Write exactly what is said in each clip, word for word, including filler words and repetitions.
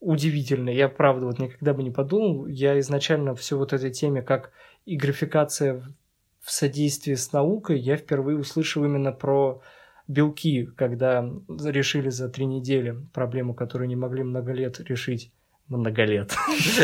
удивительно. Я, правда, вот никогда бы не подумал. Я изначально всю вот этой теме, как и графикация в содействии с наукой, я впервые услышал именно про белки, когда решили за три недели проблему, которую не могли много лет решить. Много лет.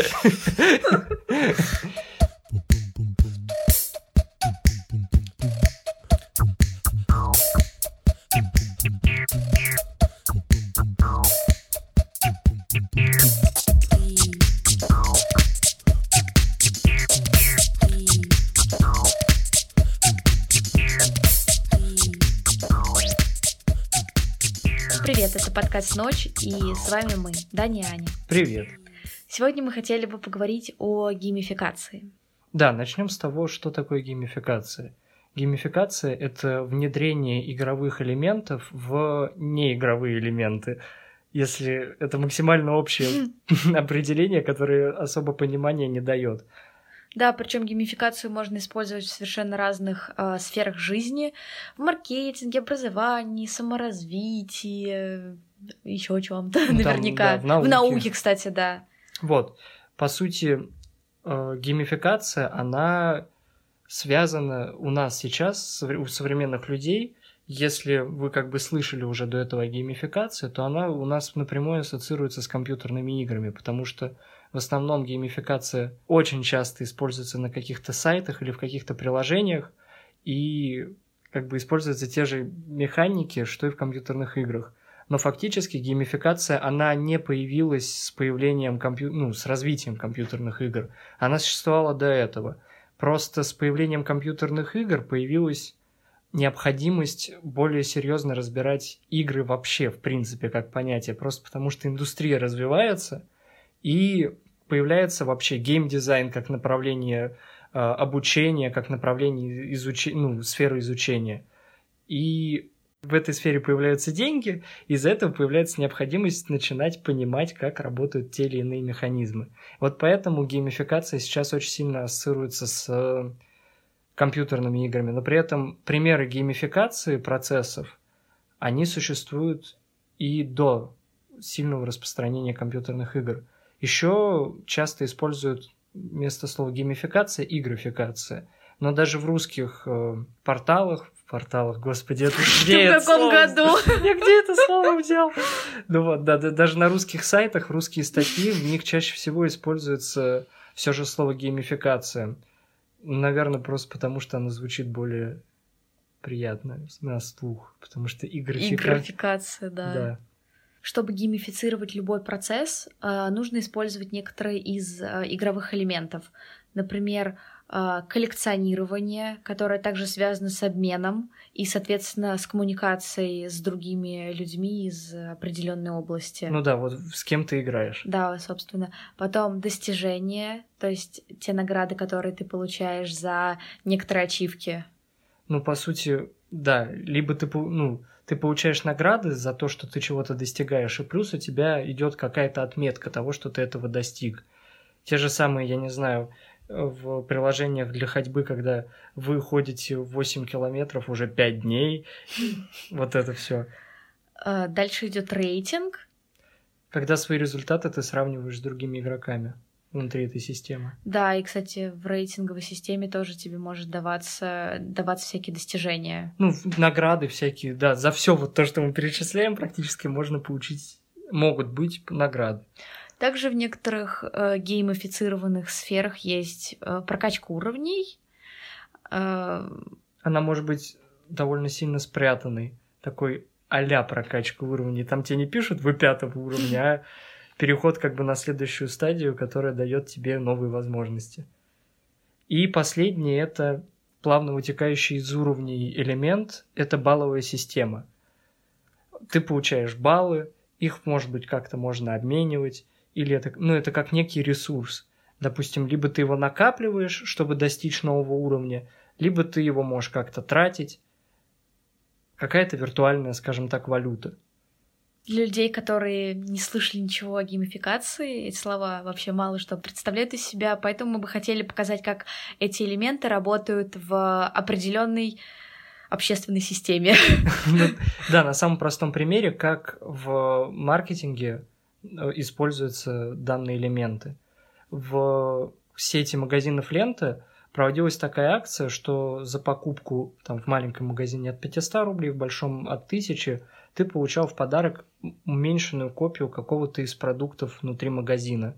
Привет, это подкаст «Ночь», и с вами мы, Даня и Аня. Привет. Сегодня мы хотели бы поговорить о геймификации. Да, начнем с того, что такое геймификация. Геймификация – это внедрение игровых элементов в неигровые элементы. Если это максимально общее определение, которое особо понимания не дает. Да, причем геймификацию можно использовать в совершенно разных э, сферах жизни: в маркетинге, образовании, саморазвитии, еще чем-то, ну, наверняка. Да, в науке. В науке, кстати, да. Вот, по сути, э, геймификация, она связана у нас сейчас, у современных людей. Если вы как бы слышали уже до этого о геймификации, то она у нас напрямую ассоциируется с компьютерными играми, потому что в основном геймификация очень часто используется на каких-то сайтах или в каких-то приложениях, и как бы используются те же механики, что и в компьютерных играх. Но фактически геймификация, она не появилась с появлением компью... ну, с развитием компьютерных игр. Она существовала до этого. Просто с появлением компьютерных игр появилась необходимость более серьезно разбирать игры вообще, в принципе, как понятие. Просто потому что индустрия развивается, и появляется вообще геймдизайн как направление э, обучения, как направление изуч... ну, сферы изучения. И в этой сфере появляются деньги, из-за этого появляется необходимость начинать понимать, как работают те или иные механизмы. Вот поэтому геймификация сейчас очень сильно ассоциируется с компьютерными играми, но при этом примеры геймификации процессов, они существуют и до сильного распространения компьютерных игр. Еще часто используют вместо слова геймификация игрификация. Но даже в русских э, порталах, в порталах, господи, это где в каком году? Я где это слово взял? Ну вот, да, да, даже на русских сайтах, русские статьи, в них чаще всего используется все же слово геймификация. Наверное, просто потому, что оно звучит более приятно на слух, потому что игрификация... Игрификация, да. Да. Чтобы геймифицировать любой процесс, нужно использовать некоторые из игровых элементов. Например, коллекционирование, которое также связано с обменом и, соответственно, с коммуникацией с другими людьми из определенной области. Ну да, вот с кем ты играешь. Да, собственно. Потом достижения, то есть те награды, которые ты получаешь за некоторые ачивки. Ну, по сути, да, либо ты, ну, ты получаешь награды за то, что ты чего-то достигаешь, и плюс у тебя идет какая-то отметка того, что ты этого достиг. Те же самые, я не знаю, в приложениях для ходьбы, когда вы ходите восемь километров уже пять дней, вот это все. Дальше идет рейтинг. Когда свои результаты ты сравниваешь с другими игроками внутри этой системы. Да, и, кстати, в рейтинговой системе тоже тебе может даваться, даваться всякие достижения. Ну, награды всякие, да, за все вот то, что мы перечисляем, практически можно получить, могут быть награды. Также в некоторых э, геймифицированных сферах есть э, прокачка уровней. Э... Она может быть довольно сильно спрятанной, такой а-ля прокачка уровней. Там тебе не пишут «вы пятого уровня», а переход как бы на следующую стадию, которая дает тебе новые возможности. И последнее – это плавно вытекающий из уровней элемент – это балловая система. Ты получаешь баллы, их, может быть, как-то можно обменивать, или это, ну, это как некий ресурс. Допустим, либо ты его накапливаешь, чтобы достичь нового уровня, либо ты его можешь как-то тратить. Какая-то виртуальная, скажем так, валюта. Для людей, которые не слышали ничего о геймификации, эти слова вообще мало что представляют из себя, поэтому мы бы хотели показать, как эти элементы работают в определенной общественной системе. Да, на самом простом примере, как в маркетинге используются данные элементы. В сети магазинов «Лента» проводилась такая акция, что за покупку там, в маленьком магазине от пятьсот рублей, в большом от тысячи, ты получал в подарок уменьшенную копию какого-то из продуктов внутри магазина.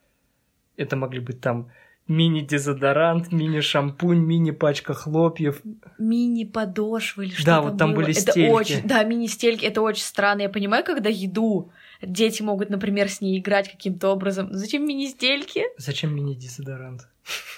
Это могли быть там мини-дезодорант, мини-шампунь, мини-пачка хлопьев. Мини-подошвы или что-то Да, там вот там было. были Это стельки. очень, да, мини-стельки, это очень странно. Я понимаю, когда еду, дети могут, например, с ней играть каким-то образом. Зачем мини-стельки? Зачем мини-дезодорант?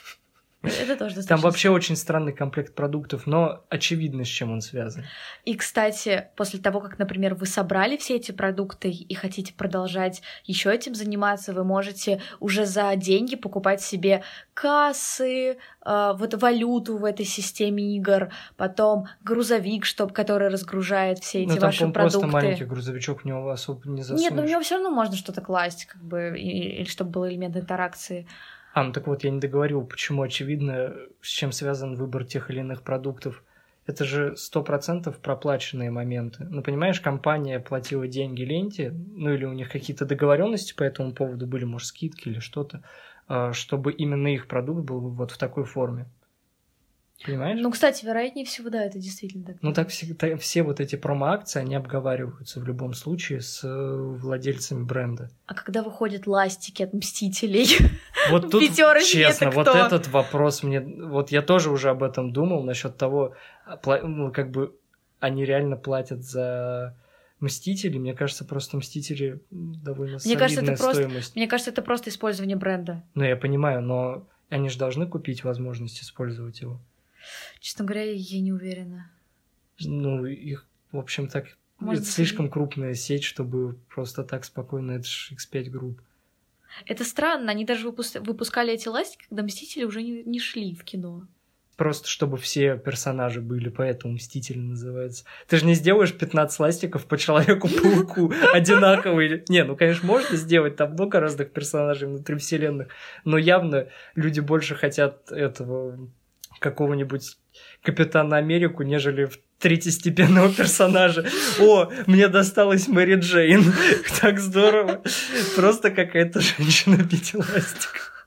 Это тоже достаточно. Там вообще очень странный комплект продуктов, но очевидно, с чем он связан. И, кстати, после того, как, например, вы собрали все эти продукты и хотите продолжать еще этим заниматься, вы можете уже за деньги покупать себе кассы, э, вот валюту в этой системе игр, потом грузовик, чтоб, который разгружает все эти ну, там, ваши продукты. Просто маленький грузовичок, в него особо не засунешь. Нет, но в него все равно можно что-то класть, как бы, или чтобы был элемент интеракции. А, ну так вот, я не договорил, почему очевидно, с чем связан выбор тех или иных продуктов. Это же сто процентов проплаченные моменты. Ну, понимаешь, компания платила деньги ленте, ну или у них какие-то договоренности по этому поводу были, может, скидки или что-то, чтобы именно их продукт был вот в такой форме. Понимаешь? Ну, кстати, вероятнее всего, да, это действительно так. Ну, так все, так, все вот эти промо-акции, они обговариваются в любом случае с владельцами бренда. А когда выходят ластики от Мстителей? Вот тут, честно, вот этот вопрос мне... Вот я тоже уже об этом думал, насчет того, ну, как бы они реально платят за Мстители. Мне кажется, просто Мстители довольно мне солидная кажется, это стоимость. Просто, мне кажется, это просто использование бренда. Ну, я понимаю, но они же должны купить возможность использовать его. Честно говоря, я не уверена. Ну, их, в общем, так... Может, это слишком и... крупная сеть, чтобы просто так спокойно... Это же икс пять групп. Это странно. Они даже выпуск... выпускали эти ластики, когда Мстители уже не, не шли в кино. Просто чтобы все персонажи были, поэтому Мстители называется. Ты же не сделаешь пятнадцать ластиков по Человеку-пауку одинаковые. Не, ну, конечно, можно сделать, там много разных персонажей внутри вселенных, но явно люди больше хотят этого... какого-нибудь Капитана Америку, нежели третьестепенного персонажа. О, мне досталась Мэри Джейн. Так здорово. Просто какая-то женщина пятиластик.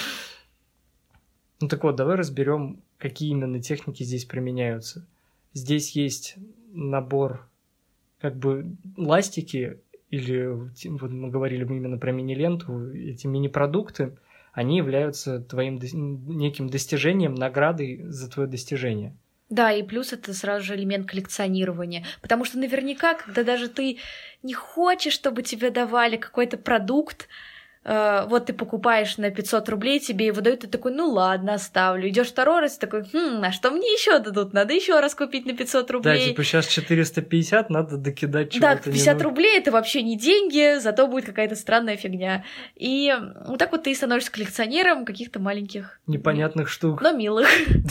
Ну так вот, давай разберем, какие именно техники здесь применяются. Здесь есть набор как бы ластики, или вот мы говорили именно про мини-ленту, эти мини-продукты, они являются твоим неким достижением, наградой за твое достижение. Да, и плюс это сразу же элемент коллекционирования. Потому что наверняка, когда даже ты не хочешь, чтобы тебе давали какой-то продукт, э, вот ты покупаешь на пятьсот рублей, тебе его дают, ты такой, ну ладно, оставлю. Идешь второй раз, такой, хм, а что мне еще дадут? Надо еще раз купить на пятьсот рублей. Да, типа сейчас четыреста пятьдесят, надо докидать чего-то. Да, пятьдесят рублей это вообще не деньги, зато будет какая-то странная фигня. И вот так вот ты становишься коллекционером каких-то маленьких... непонятных штук. Но милых.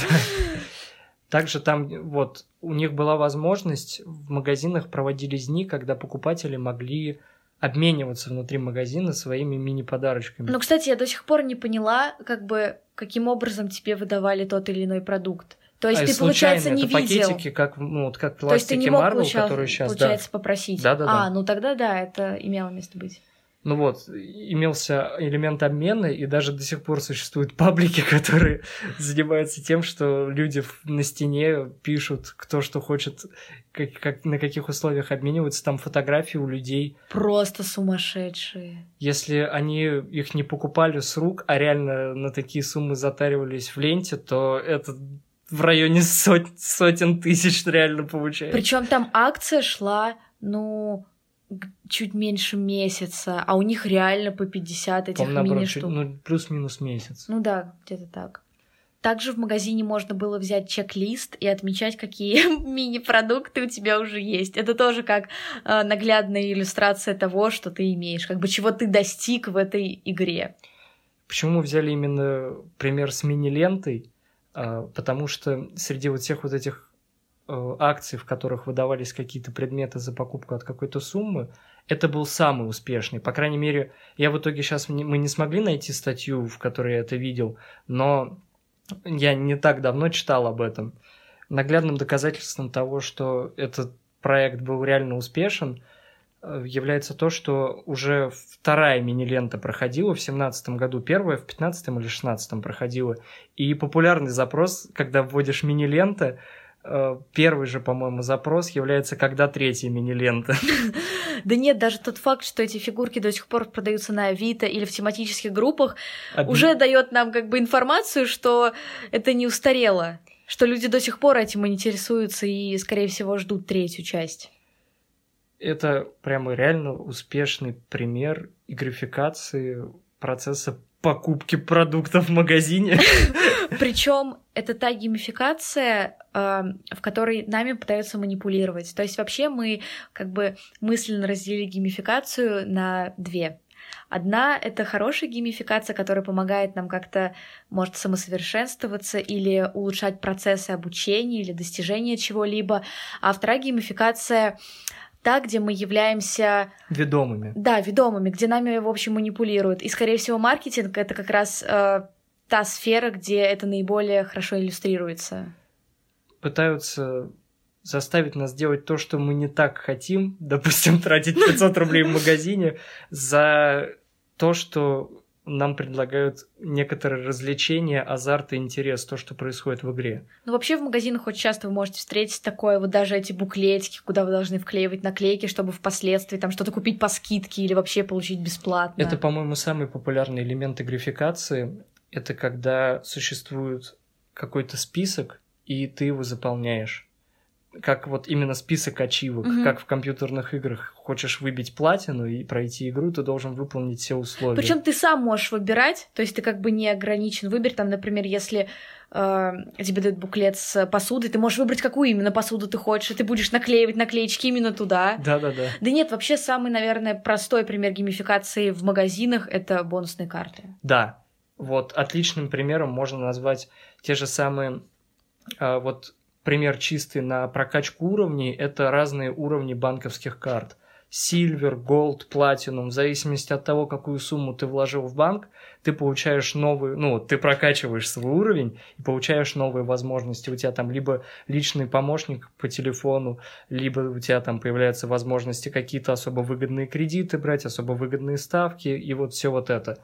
Также там вот у них была возможность, в магазинах проводились дни, когда покупатели могли обмениваться внутри магазина своими мини-подарочками. Ну, кстати, я до сих пор не поняла, как бы, каким образом тебе выдавали тот или иной продукт. То есть а ты, случайно, получается, не это видел. Пакетики, как, ну, вот как То есть ты не пластики мог, Marvel, получал, которые сейчас... получается, да. попросить. Да, да, да. А, ну тогда да, это имело место быть. Ну вот, имелся элемент обмена, и даже до сих пор существуют паблики, которые занимаются тем, что люди на стене пишут, кто что хочет, как, как, на каких условиях обмениваются, там фотографии у людей. Просто сумасшедшие. Если они их не покупали с рук, а реально на такие суммы затаривались в ленте, то это в районе сот, сотен тысяч реально получается. Причем там акция шла, ну... чуть меньше месяца, а у них реально по пятьдесят этих мини-штук. Ну, плюс-минус месяц. Ну да, где-то так. Также в магазине можно было взять чек-лист и отмечать, какие мини-продукты у тебя уже есть. Это тоже как э, наглядная иллюстрация того, что ты имеешь, как бы чего ты достиг в этой игре. Почему мы взяли именно пример с мини-лентой? А, потому что среди вот всех вот этих акций, в которых выдавались какие-то предметы за покупку от какой-то суммы, это был самый успешный. По крайней мере, я в итоге сейчас... Мы не смогли найти статью, в которой я это видел, но я не так давно читал об этом. Наглядным доказательством того, что этот проект был реально успешен, является то, что уже вторая мини-лента проходила в семнадцатом году, первая в пятнадцатом или шестнадцатом проходила. И популярный запрос, когда вводишь мини-лента, первый же, по-моему, запрос является «когда третья мини-лента?». Да нет, даже тот факт, что эти фигурки до сих пор продаются на Авито или в тематических группах, Обид... уже дает нам как бы информацию, что это не устарело, что люди до сих пор этим интересуются и, скорее всего, ждут третью часть. Это прямо реально успешный пример игрификации процесса покупки продуктов в магазине. Причем это та геймификация, в которой нами пытаются манипулировать. То есть вообще мы как бы мысленно разделили геймификацию на две. Одна — это хорошая геймификация, которая помогает нам как-то, может, самосовершенствоваться или улучшать процессы обучения или достижения чего-либо. А вторая геймификация — та, где мы являемся... Ведомыми. Да, ведомыми, где нами, в общем, манипулируют. И, скорее всего, маркетинг — это как раз э, та сфера, где это наиболее хорошо иллюстрируется. Пытаются заставить нас делать то, что мы не так хотим, допустим, тратить пятьсот рублей в магазине за то, что нам предлагают некоторые развлечения, азарт и интерес, то, что происходит в игре. Ну, вообще в магазинах очень часто вы можете встретить такое, вот даже эти буклетики, куда вы должны вклеивать наклейки, чтобы впоследствии там что-то купить по скидке или вообще получить бесплатно. Это, по-моему, самый популярный элемент игрификации. Это когда существует какой-то список, и ты его заполняешь. Как вот именно список ачивок, угу. Как в компьютерных играх. Хочешь выбить платину и пройти игру, ты должен выполнить все условия. Причем ты сам можешь выбирать, то есть ты как бы не ограничен. Выбор там, например, если э, тебе дают буклет с посудой, ты можешь выбрать, какую именно посуду ты хочешь, и ты будешь наклеивать наклеечки именно туда. Да-да-да. Да нет, вообще самый, наверное, простой пример геймификации в магазинах — это бонусные карты. Да, вот отличным примером можно назвать те же самые... Э, вот пример чистый на прокачку уровней – это разные уровни банковских карт. Silver, Gold, Platinum. В зависимости от того, какую сумму ты вложил в банк, ты получаешь новый, ну, ты прокачиваешь свой уровень и получаешь новые возможности. У тебя там либо личный помощник по телефону, либо у тебя там появляются возможности какие-то особо выгодные кредиты брать, особо выгодные ставки, и вот все вот это.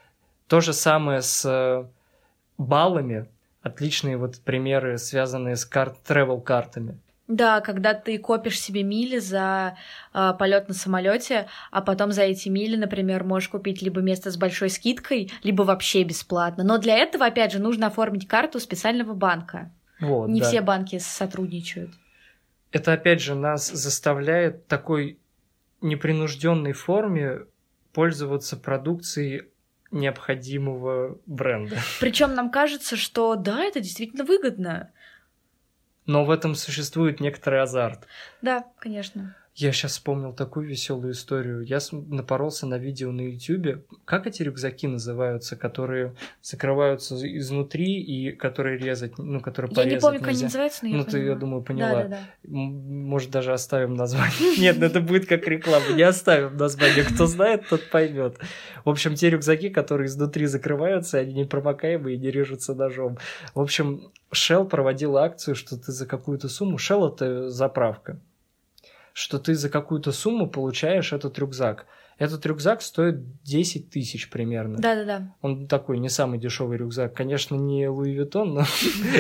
То же самое с баллами. Отличные вот примеры, связанные с карт, тревел-картами. Да, когда ты копишь себе мили за э, полет на самолете, а потом за эти мили, например, можешь купить либо место с большой скидкой, либо вообще бесплатно. Но для этого, опять же, нужно оформить карту специального банка. Вот, Не да. все банки сотрудничают. Это, опять же, нас заставляет в такой непринужденной форме пользоваться продукцией необходимого бренда. Причем нам кажется, что да, это действительно выгодно. Но в этом существует некоторый азарт. Да, конечно. Я сейчас вспомнил такую веселую историю. Я напоролся на видео на Ютубе. Как эти рюкзаки называются, которые закрываются изнутри и которые резать, ну, которые порезать нельзя? Я не помню, как они называются, но я Ну, поняла. ты, я думаю, поняла. Да, да, да. Может, даже оставим название. Нет, это будет как реклама. Не оставим название. Кто знает, тот поймет. В общем, те рюкзаки, которые изнутри закрываются, они непромокаемые и не режутся ножом. В общем, Shell проводила акцию, что ты за какую-то сумму... Shell — это заправка. Что ты за какую-то сумму получаешь этот рюкзак. Этот рюкзак стоит десять тысяч примерно. Да-да-да. Он такой не самый дешевый рюкзак. Конечно, не Луи Виттон, но,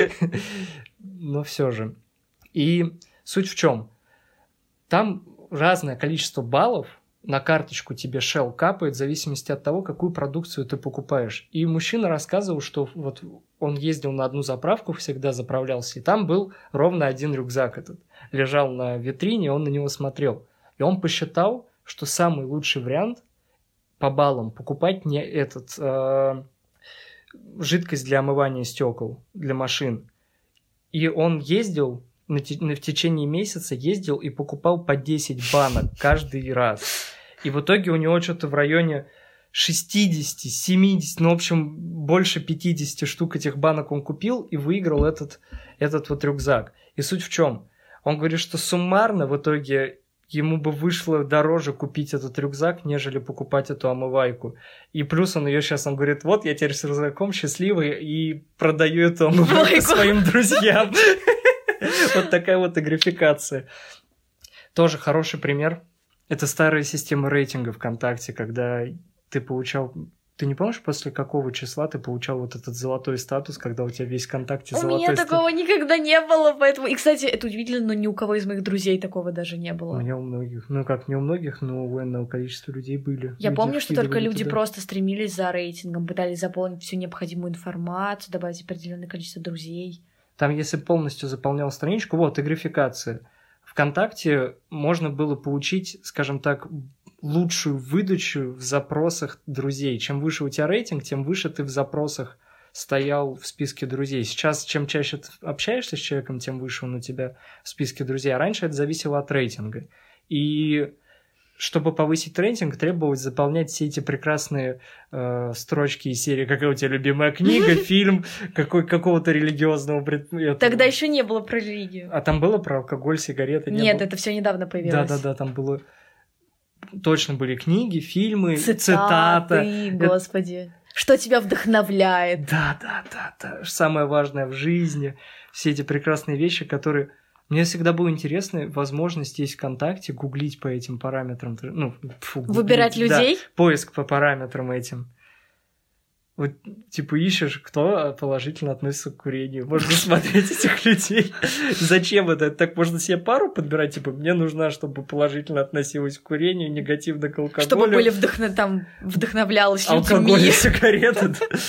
но все же. И суть в чем? Там разное количество баллов на карточку тебе Shell капает в зависимости от того, какую продукцию ты покупаешь. И мужчина рассказывал, что вот он ездил на одну заправку, всегда заправлялся, и там был ровно один рюкзак этот. Лежал на витрине, он на него смотрел. И он посчитал, что самый лучший вариант по баллам покупать не этот э, жидкость для омывания стекол для машин. И он ездил на те, на, в течение месяца ездил и покупал по десять банок каждый раз. И в итоге у него что-то в районе шестьдесят, семьдесят, ну, в общем, больше пятьдесят штук этих банок он купил и выиграл этот, этот вот рюкзак. И суть в чем? Он говорит, что суммарно в итоге ему бы вышло дороже купить этот рюкзак, нежели покупать эту омывайку. И плюс он ее сейчас, он говорит, вот я теперь с рюкзаком счастливый и продаю эту омывайку своим друзьям. Вот такая вот игрификация. Тоже хороший пример. Это старая система рейтинга ВКонтакте, когда ты получал... Ты не помнишь, после какого числа ты получал вот этот золотой статус, когда у тебя весь ВКонтакте у золотой меня статус? такого никогда не было, поэтому... И, кстати, это удивительно, но ни у кого из моих друзей такого даже не было. У меня у многих. Ну, как не у многих, но у энного количества людей были. Я люди помню, что только люди туда. просто стремились за рейтингом, пытались заполнить всю необходимую информацию, добавить определенное количество друзей. Там, если полностью заполнял страничку, вот, игрификация. ВКонтакте можно было получить, скажем так, лучшую выдачу в запросах друзей. Чем выше у тебя рейтинг, тем выше ты в запросах стоял в списке друзей. Сейчас, чем чаще ты общаешься с человеком, тем выше он у тебя в списке друзей. А раньше это зависело от рейтинга. И чтобы повысить рейтинг, требовалось заполнять все эти прекрасные э, строчки из серии «Какая у тебя любимая книга?», фильм какой, какого-то религиозного предмета. Тогда еще не было про религию. А там было про алкоголь, сигареты? Не Нет, было? это все недавно появилось. Да-да-да, там было... Точно были книги, фильмы, цитаты, цитаты. Господи. Что тебя вдохновляет? Да-да-да, самое важное в жизни. Все эти прекрасные вещи, которые... Мне всегда было интересно, возможность есть ВКонтакте гуглить по этим параметрам. Ну, фу, гуглить, выбирать людей? Да, поиск по параметрам этим. Вот, типа, ищешь, кто положительно относится к курению. Можно смотреть этих людей. Зачем это? Так можно себе пару подбирать? Типа, мне нужна, чтобы положительно относилась к курению, негативно к алкоголю. Чтобы были вдохно... там, вдохновлялась людьми. Алкоголь и сигареты.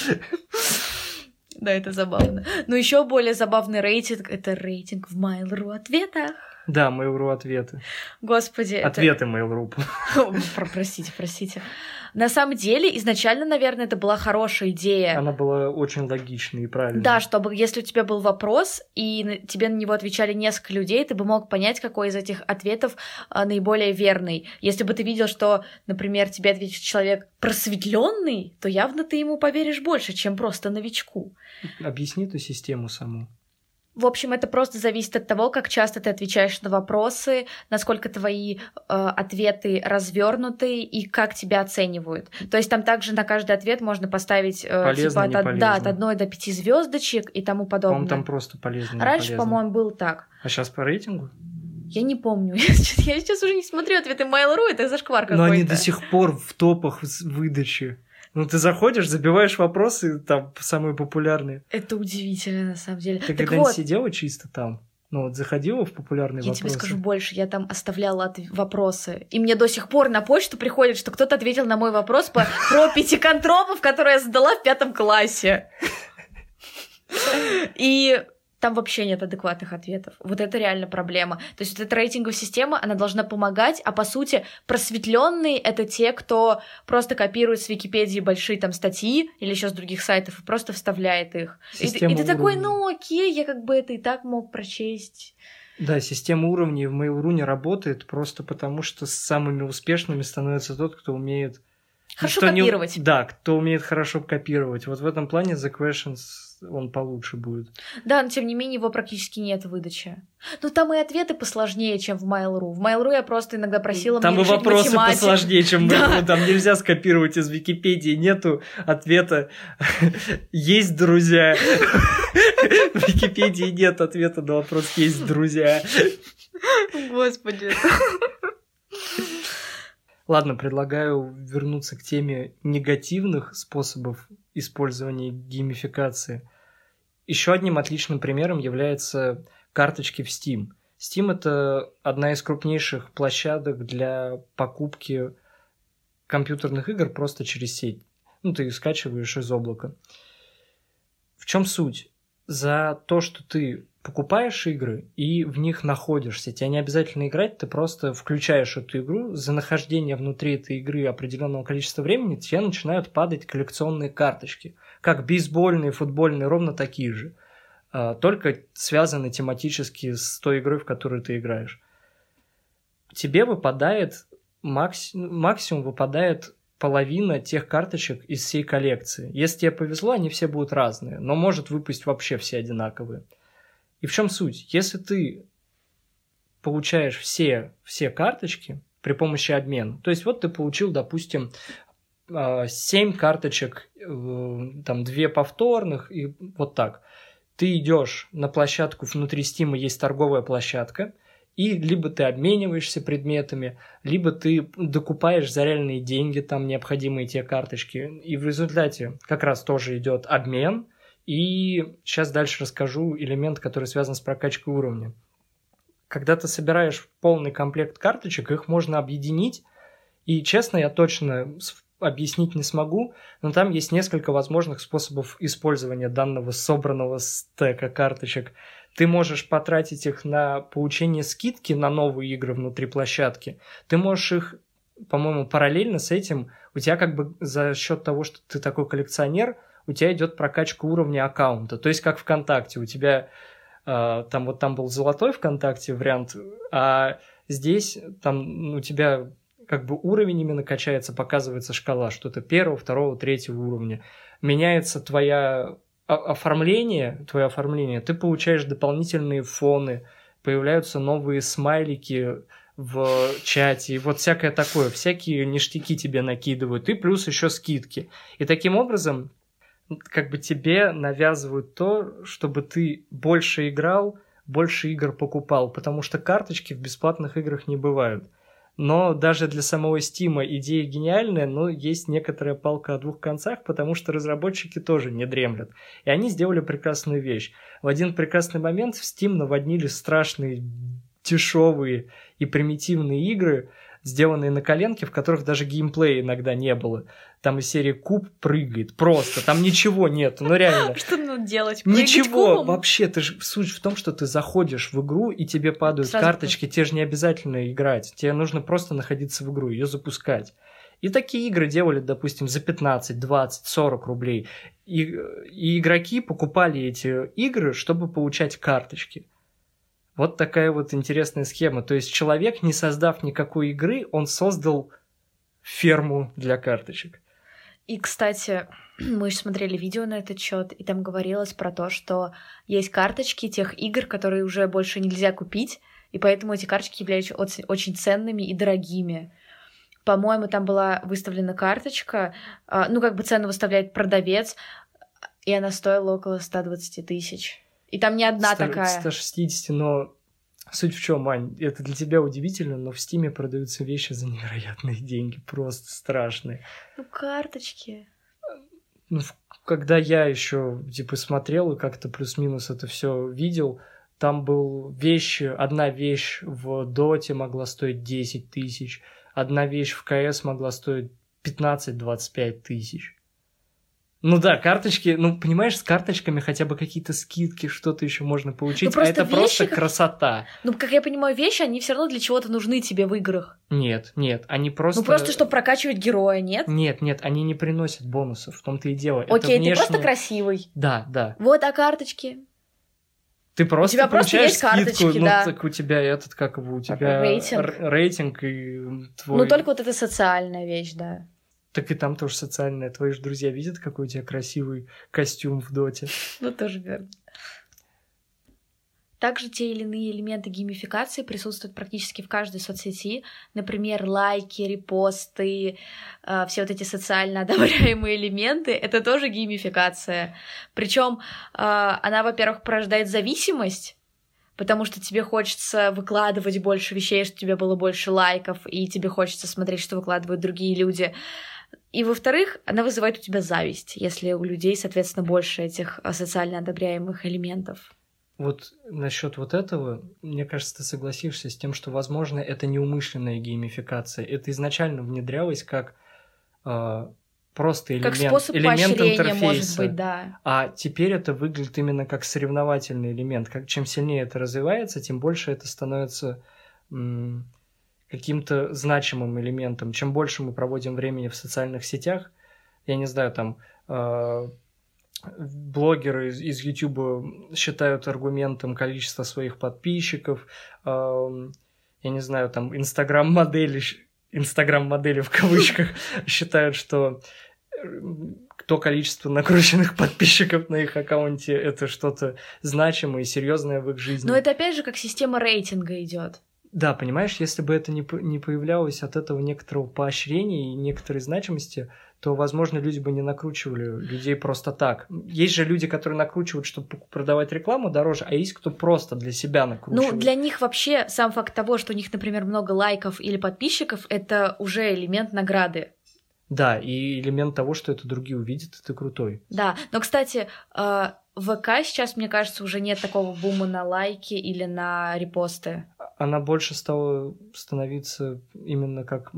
Да, это забавно. Но еще более забавный рейтинг — это рейтинг в Mail.ru ответах. Да, Mail.ru ответы. Господи. Ответы это... Mail.ru. Простите, простите. На самом деле, изначально, наверное, это была хорошая идея. Она была очень логичной и правильной. Да, чтобы если у тебя был вопрос, и тебе на него отвечали несколько людей, ты бы мог понять, какой из этих ответов а, наиболее верный. Если бы ты видел, что, например, тебе ответит человек просветленный, то явно ты ему поверишь больше, чем просто новичку. Объясни эту систему саму. В общем, это просто зависит от того, как часто ты отвечаешь на вопросы, насколько твои э, ответы развернуты и как тебя оценивают. То есть там также на каждый ответ можно поставить э, полезно, типа от, да, от одной до пяти звездочек и тому подобное. По-моему, там просто полезно. Раньше, полезно. по-моему, было так. А сейчас по рейтингу? Я не помню. Я сейчас уже не смотрю ответы Mail.ru, это зашквар какой-то. Но они до сих пор в топах выдачи. Ну, ты заходишь, забиваешь вопросы, там, самые популярные. Это удивительно, на самом деле. Ты так когда-нибудь вот, сидела чисто там? Ну, вот заходила в популярные я вопросы? тебе скажу больше, я там оставляла от... вопросы. И мне до сих пор на почту приходит, что кто-то ответил на мой вопрос по... про пятиконтропов, которые я задала в пятом классе. И... там вообще нет адекватных ответов. Вот это реально проблема. То есть вот эта рейтинговая система, она должна помогать, а по сути просветленные — это те, кто просто копирует с Википедии большие там статьи или еще с других сайтов и просто вставляет их. И, и ты такой, ну окей, я как бы это и так мог прочесть. Да, система уровней в Mail.ru не работает просто потому, что самыми успешными становится тот, кто умеет... Хорошо кто копировать. Не... Да, кто умеет хорошо копировать. Вот в этом плане The Questions он получше будет. Да, но тем не менее его практически нет в выдаче. Ну там и ответы посложнее, чем в Mail.ru. В Mail.ru я просто иногда просила там мне решить математику. Там и вопросы посложнее, чем в Mail.ru. Там нельзя скопировать из Википедии. Нету ответа «Есть друзья». В Википедии нет ответа на вопрос «Есть друзья». Господи. Ладно, предлагаю вернуться к теме негативных способов использования геймификации. Еще одним отличным примером являются карточки в Steam. Steam – это одна из крупнейших площадок для покупки компьютерных игр просто через сеть. Ну, ты их скачиваешь из облака. В чем суть? За то, что ты покупаешь игры и в них находишься. Тебе не обязательно играть, ты просто включаешь эту игру. За нахождение внутри этой игры определенного количества времени тебе начинают падать коллекционные карточки. Как бейсбольные, футбольные, ровно такие же. Только связаны тематически с той игрой, в которую ты играешь. Тебе выпадает, максимум, максимум выпадает половина тех карточек из всей коллекции. Если тебе повезло, они все будут разные, но может выпасть вообще все одинаковые. И в чем суть? Если ты получаешь все, все карточки при помощи обмена, то есть вот ты получил, допустим, семь карточек, там две повторных и вот так. Ты идешь на площадку, внутри Steam есть торговая площадка, И либо ты обмениваешься предметами, либо ты докупаешь за реальные деньги там необходимые тебе карточки. И в результате как раз тоже идет обмен. И сейчас дальше расскажу элемент, который связан с прокачкой уровня. Когда ты собираешь полный комплект карточек, их можно объединить. И, честно, я точно объяснить не смогу, но там есть несколько возможных способов использования данного собранного стека карточек. Ты можешь потратить их на получение скидки на новые игры внутри площадки. Ты можешь их, по-моему, параллельно с этим, у тебя как бы за счет того, что ты такой коллекционер, у тебя идет прокачка уровня аккаунта. То есть как ВКонтакте, у тебя э, там вот там был золотой ВКонтакте вариант, а здесь там у тебя как бы уровень именно качается, показывается шкала, что ты первого, второго, третьего уровня. Меняется твоя оформление, твое оформление, ты получаешь дополнительные фоны, появляются новые смайлики в чате, и вот всякое такое, всякие ништяки тебе накидывают, и плюс еще скидки. И таким образом как бы тебе навязывают то, чтобы ты больше играл, больше игр покупал, потому что карточки в бесплатных играх не бывают. Но даже для самого Steam идея гениальная, но есть некоторая палка о двух концах, потому что разработчики тоже не дремлят. И они сделали прекрасную вещь. В один прекрасный момент в Steam наводнили страшные, дешевые и примитивные игры, сделанные на коленке, в которых даже геймплея иногда не было. Там из серии куб прыгает. Просто. Там ничего нет. Ну реально. Что надо делать? Ничего. Вообще. Ты ж, суть в том, что ты заходишь в игру, и тебе падают Сразу карточки. Тебе же не обязательно играть. Тебе нужно просто находиться в игру, ее запускать. И такие игры делали, допустим, за пятнадцать, двадцать, сорок рублей. И, и игроки покупали эти игры, чтобы получать карточки. Вот такая вот интересная схема. То есть человек, не создав никакой игры, он создал ферму для карточек. И, кстати, мы же смотрели видео на этот счет, и там говорилось про то, что есть карточки тех игр, которые уже больше нельзя купить, и поэтому эти карточки являются очень ценными и дорогими. По-моему, там была выставлена карточка, ну, как бы цену выставляет продавец, и она стоила около сто двадцать тысяч. И там не одна сто, такая. сто шестьдесят, но суть в чем, Ань, это для тебя удивительно, но в Стиме продаются вещи за невероятные деньги, просто страшные. Ну, карточки. Ну, когда я еще типа смотрел и как-то плюс-минус это все видел, там был вещи, одна вещь в Доте могла стоить десять тысяч, одна вещь в КС могла стоить пятнадцать-двадцать пять тысяч. Ну да, карточки, ну понимаешь, с карточками хотя бы какие-то скидки, что-то еще можно получить, ну, а это вещи, просто как... красота. Ну, как я понимаю, вещи, они все равно для чего-то нужны тебе в играх. Нет, нет, они просто... Ну просто, чтобы прокачивать героя, нет? Нет, нет, они не приносят бонусов, в том-то и дело. Окей, это внешне... ты просто красивый. Да, да. Вот, а карточки? Ты просто у тебя получаешь просто есть скидку, карточки, ну да. Так у тебя этот, как его, у тебя рейтинг, р- рейтинг и твой... Ну только вот эта социальная вещь, да. Так и там тоже социальное. Твои же друзья видят, какой у тебя красивый костюм в доте. Ну, тоже верно. Также те или иные элементы геймификации присутствуют практически в каждой соцсети. Например, лайки, репосты, э, все вот эти социально одобряемые элементы — это тоже геймификация. Причем э, она, во-первых, порождает зависимость, потому что тебе хочется выкладывать больше вещей, чтобы у тебя было больше лайков, и тебе хочется смотреть, что выкладывают другие люди. И, во-вторых, она вызывает у тебя зависть, если у людей, соответственно, больше этих социально одобряемых элементов. Вот насчет вот этого, мне кажется, ты согласишься с тем, что, возможно, это неумышленная геймификация. Это изначально внедрялось как э, просто элемент, как способ элемент поощрения, интерфейса. может быть, да. А теперь это выглядит именно как соревновательный элемент. Как, чем сильнее это развивается, тем больше это становится м, каким-то значимым элементом. Чем больше мы проводим времени в социальных сетях, я не знаю, там... Э, блогеры из, из YouTube считают аргументом количество своих подписчиков, э, я не знаю, там инстаграм-модели, инстаграм-модели в кавычках считают, что то количество накрученных подписчиков на их аккаунте это что-то значимое и серьезное в их жизни. Но это опять же как система рейтинга идет. Да, понимаешь, если бы это не, не появлялось от этого некоторого поощрения и некоторой значимости, то, возможно, люди бы не накручивали людей просто так. Есть же люди, которые накручивают, чтобы продавать рекламу дороже, а есть кто просто для себя накручивает. Ну, для них вообще сам факт того, что у них, например, много лайков или подписчиков, это уже элемент награды. Да, и элемент того, что это другие увидят, и ты крутой. Да, но, кстати, в ВК сейчас, мне кажется, уже нет такого бума на лайки или на репосты. Она больше стала становиться именно как,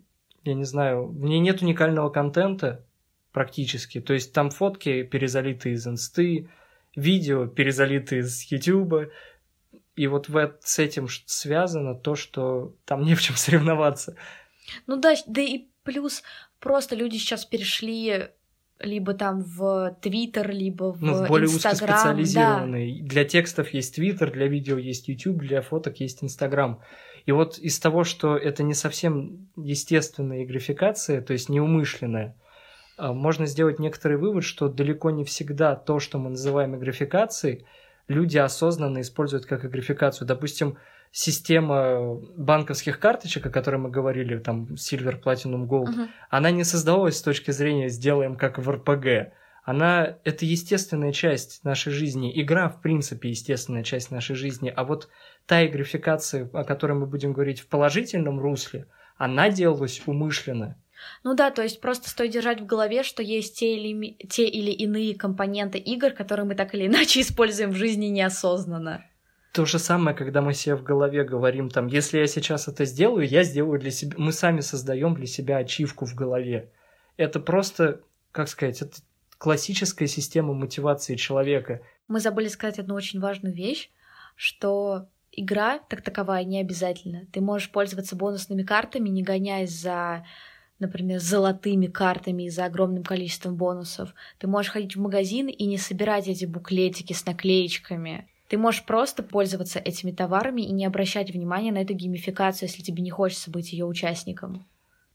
я не знаю, в ней нет уникального контента практически. То есть там фотки перезалиты из инсты, видео перезалиты из ютуба. И вот в, с этим связано то, что там не в чем соревноваться. Ну да, да и плюс просто люди сейчас перешли либо там в Твиттер, либо в ну, в более Инстаграм. Узкоспециализированный. Да. Для текстов есть Твиттер, для видео есть Ютуб, для фоток есть Инстаграм. И вот из того, что это не совсем естественная графикация, то есть неумышленная, можно сделать некоторый вывод, что далеко не всегда то, что мы называем графикацией, люди осознанно используют как графикацию. Допустим, система банковских карточек, о которой мы говорили, там, Silver, Platinum, Gold, uh-huh. она не создавалась с точки зрения «сделаем как в эр пэ гэ». Она – это естественная часть нашей жизни. Игра, в принципе, естественная часть нашей жизни. А вот та графикация, о которой мы будем говорить в положительном русле, она делалась умышленно. Ну да, то есть просто стоит держать в голове, что есть те или, те или иные компоненты игр, которые мы так или иначе используем в жизни неосознанно. То же самое, когда мы себе в голове говорим, там, если я сейчас это сделаю, я сделаю для себя... Мы сами создаем для себя ачивку в голове. Это просто, как сказать, это классическая система мотивации человека. Мы забыли сказать одну очень важную вещь, что игра, так таковая, не обязательно. Ты можешь пользоваться бонусными картами, не гоняясь за, например, золотыми картами и за огромным количеством бонусов. Ты можешь ходить в магазин и не собирать эти буклетики с наклеечками. Ты можешь просто пользоваться этими товарами и не обращать внимания на эту геймификацию, если тебе не хочется быть ее участником.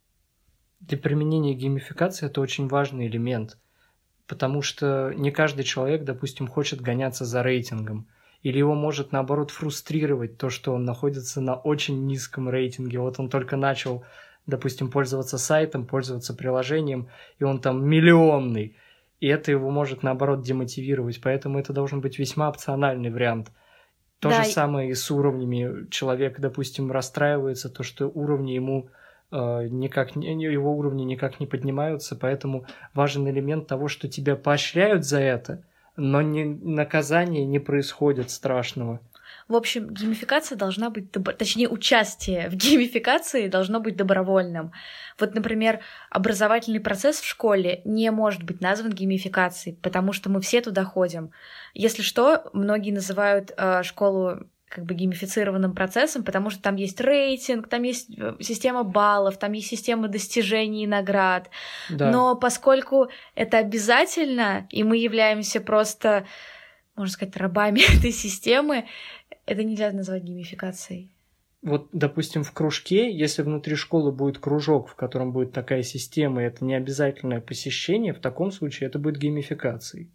Для применения геймификации это очень важный элемент, потому что не каждый человек, допустим, хочет гоняться за рейтингом, или его может, наоборот, фрустрировать то, что он находится на очень низком рейтинге. Вот он только начал, допустим, пользоваться сайтом, пользоваться приложением, и он там миллионный. И это его может, наоборот, демотивировать. Поэтому это должен быть весьма опциональный вариант. То да. же самое и с уровнями. Человек, допустим, расстраивается, то, что уровни ему э, никак не, его уровни никак не поднимаются. Поэтому важен элемент того, что тебя поощряют за это, но не, наказания не происходит страшного. В общем, геймификация должна быть, точнее, участие в геймификации должно быть добровольным. Вот, например, образовательный процесс в школе не может быть назван геймификацией, потому что мы все туда ходим. Если что, многие называют э, школу как бы геймифицированным процессом, потому что там есть рейтинг, там есть система баллов, там есть система достижений и наград. Да. Но поскольку это обязательно, и мы являемся просто, можно сказать, рабами этой системы, это нельзя назвать геймификацией. Вот, допустим, в кружке, если внутри школы будет кружок, в котором будет такая система, и это не обязательное посещение, в таком случае это будет геймификацией.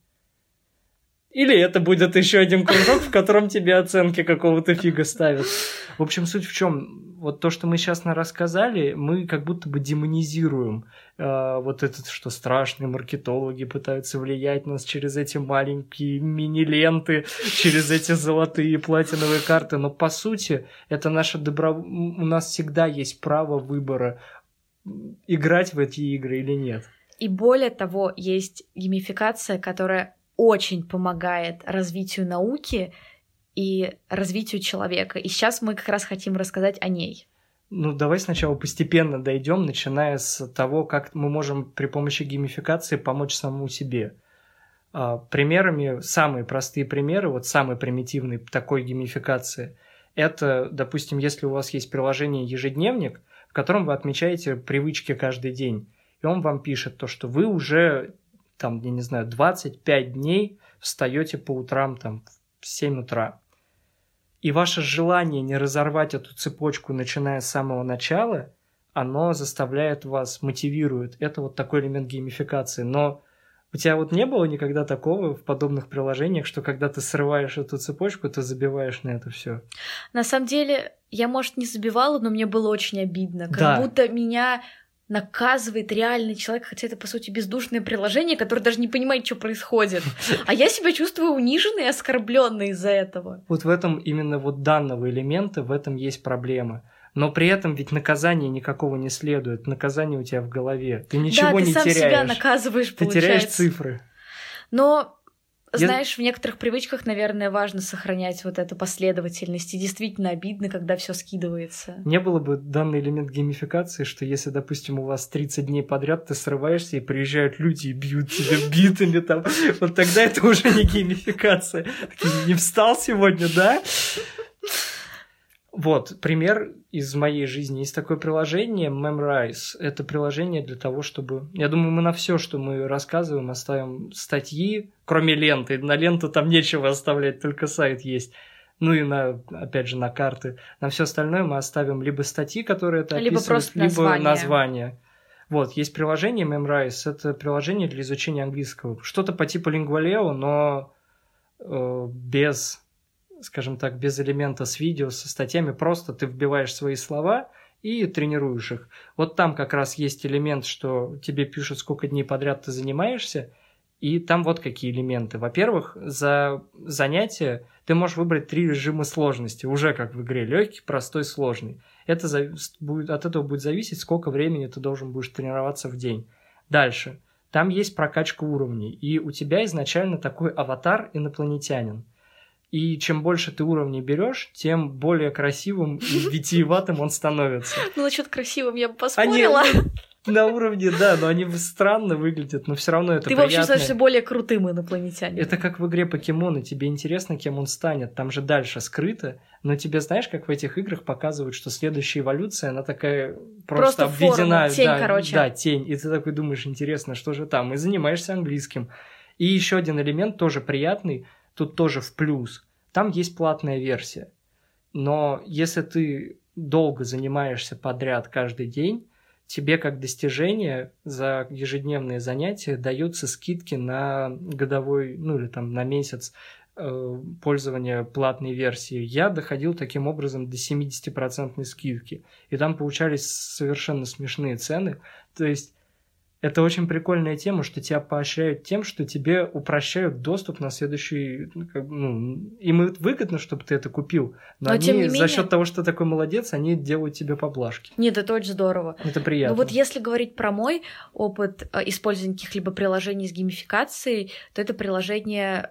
Или это будет еще один кружок, в котором тебе оценки какого-то фига ставят. В общем, суть в чем? Вот то, что мы сейчас рассказали, мы как будто бы демонизируем э, вот это, что страшные маркетологи пытаются влиять на нас через эти маленькие мини-ленты, через эти золотые платиновые карты. Но по сути, это наше добро... У нас всегда есть право выбора, играть в эти игры или нет. И более того, есть геймификация, которая очень помогает развитию науки и развитию человека. И сейчас мы как раз хотим рассказать о ней. Ну, давай сначала постепенно дойдем, начиная с того, как мы можем при помощи геймификации помочь самому себе. Примерами, самые простые примеры, вот самый примитивный такой геймификации, это, допустим, если у вас есть приложение «Ежедневник», в котором вы отмечаете привычки каждый день, и он вам пишет то, что вы уже... там, я не знаю, двадцать пять дней встаете по утрам там, в семь утра. И ваше желание не разорвать эту цепочку, начиная с самого начала, оно заставляет вас, мотивирует. Это вот такой элемент геймификации. Но у тебя вот не было никогда такого в подобных приложениях, что когда ты срываешь эту цепочку, ты забиваешь на это все? На самом деле, я, может, не забивала, но мне было очень обидно. Как да. будто меня... наказывает реальный человек, хотя это, по сути, бездушное приложение, которое даже не понимает, что происходит. А я себя чувствую униженной и оскорбленной из-за этого. Вот в этом именно вот данного элемента, в этом есть проблема. Но при этом ведь наказания никакого не следует. Наказание у тебя в голове. Ты ничего да, не теряешь. Да, ты сам себя наказываешь, ты получается. теряешь цифры. Но... Знаешь, в некоторых привычках, наверное, важно сохранять вот эту последовательность. И действительно обидно, когда все скидывается. Не было бы данный элемент геймификации, что если, допустим, у вас тридцать дней подряд ты срываешься, и приезжают люди и бьют тебя битами там, вот тогда это уже не геймификация. Не встал сегодня, да? Вот, пример из моей жизни. Есть такое приложение Memrise. Это приложение для того, чтобы... Я думаю, мы на все, что мы рассказываем, оставим статьи, кроме ленты. На ленту там нечего оставлять, только сайт есть. Ну и, на, опять же, на карты. На все остальное мы оставим либо статьи, которые это либо описывают, просто либо название. название. Вот, есть приложение Memrise. Это приложение для изучения английского. Что-то по типу Lingualeo, но э, без... скажем так, без элемента с видео, со статьями, просто ты вбиваешь свои слова и тренируешь их. Вот там как раз есть элемент, что тебе пишут, сколько дней подряд ты занимаешься, и там вот какие элементы. Во-первых, за занятие ты можешь выбрать три режима сложности, уже как в игре, легкий, простой, сложный. Это будет, от этого будет зависеть, сколько времени ты должен будешь тренироваться в день. Дальше. Там есть прокачка уровней, и у тебя изначально такой аватар инопланетянин. И чем больше ты уровней берешь, тем более красивым и витиеватым он становится. Ну, насчет красивым я бы поспорила. Они на уровне, да, но они странно выглядят, но все равно это Ты приятно. вообще становишься более крутым инопланетянином. Это как в игре Покемоны, тебе интересно, кем он станет, там же дальше скрыто, но тебе знаешь, как в этих играх показывают, что следующая эволюция, она такая просто, просто обведена. Форма, тень, да, короче. Да, тень, и ты такой думаешь, интересно, что же там, и занимаешься английским. И еще один элемент, тоже приятный, тут тоже в плюс. Там есть платная версия. Но если ты долго занимаешься подряд каждый день, тебе как достижение за ежедневные занятия даются скидки на годовой, ну или там на месяц э, пользования платной версией. Я доходил таким образом до семьдесят процентов скидки. И там получались совершенно смешные цены. То есть это очень прикольная тема, что тебя поощряют тем, что тебе упрощают доступ на следующий... Ну, им выгодно, чтобы ты это купил, но, но они за менее... счет того, что ты такой молодец, они делают тебе поблажки. Нет, это очень здорово. Это приятно. Но вот если говорить про мой опыт использования каких-либо приложений с геймификацией, то это приложение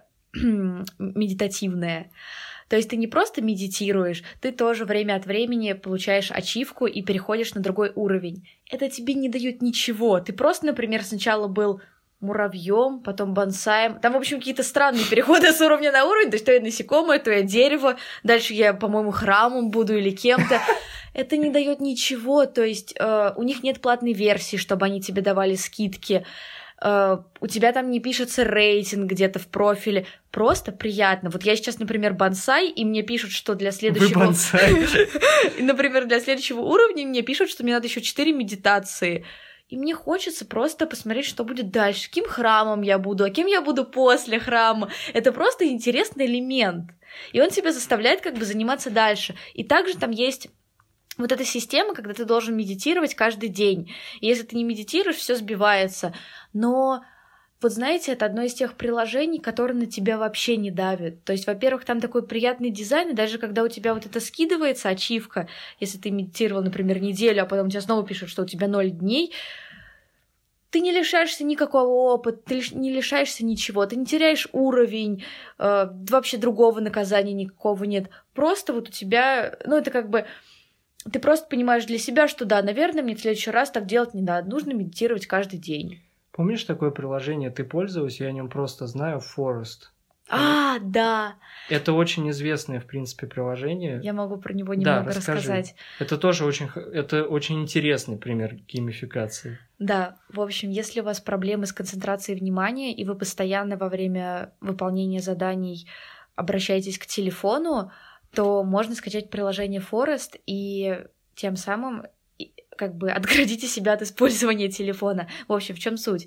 медитативное. То есть ты не просто медитируешь, ты тоже время от времени получаешь ачивку и переходишь на другой уровень. Это тебе не дает ничего. Ты просто, например, сначала был муравьем, потом бонсаем. Там, в общем, какие-то странные переходы с уровня на уровень. То есть то я насекомое, то я дерево. Дальше я, по-моему, храмом буду или кем-то. Это не дает ничего. То есть э, у них нет платной версии, чтобы они тебе давали скидки. Uh, у тебя там не пишется рейтинг где-то в профиле. Просто приятно. Вот я сейчас, например, бонсай, и мне пишут, что для следующего... Вы бонсай. Например, для следующего уровня мне пишут, что мне надо еще четыре медитации. И мне хочется просто посмотреть, что будет дальше. Каким храмом я буду, а кем я буду после храма. Это просто интересный элемент. И он тебя заставляет как бы заниматься дальше. И также там есть... Вот эта система, когда ты должен медитировать каждый день. И если ты не медитируешь, все сбивается. Но вот знаете, это одно из тех приложений, которые на тебя вообще не давят. То есть, во-первых, там такой приятный дизайн, и даже когда у тебя вот это скидывается, ачивка, если ты медитировал, например, неделю, а потом тебе снова пишут, что у тебя ноль дней, ты не лишаешься никакого опыта, ты не лишаешься ничего, ты не теряешь уровень, э, вообще другого наказания никакого нет. Просто вот у тебя, ну это как бы... Ты просто понимаешь для себя, что да, наверное, мне в следующий раз так делать не надо. Нужно медитировать каждый день. Помнишь такое приложение, ты пользовалась, я о нем просто знаю, Forest? А, да. Это очень известное, в принципе, приложение. Я могу про него немного да, рассказать. Это тоже очень, это очень интересный пример геймификации. Да, в общем, если у вас проблемы с концентрацией внимания, и вы постоянно во время выполнения заданий обращаетесь к телефону, то можно скачать приложение Forest и тем самым как бы отгородите себя от использования телефона. В общем, в чем суть?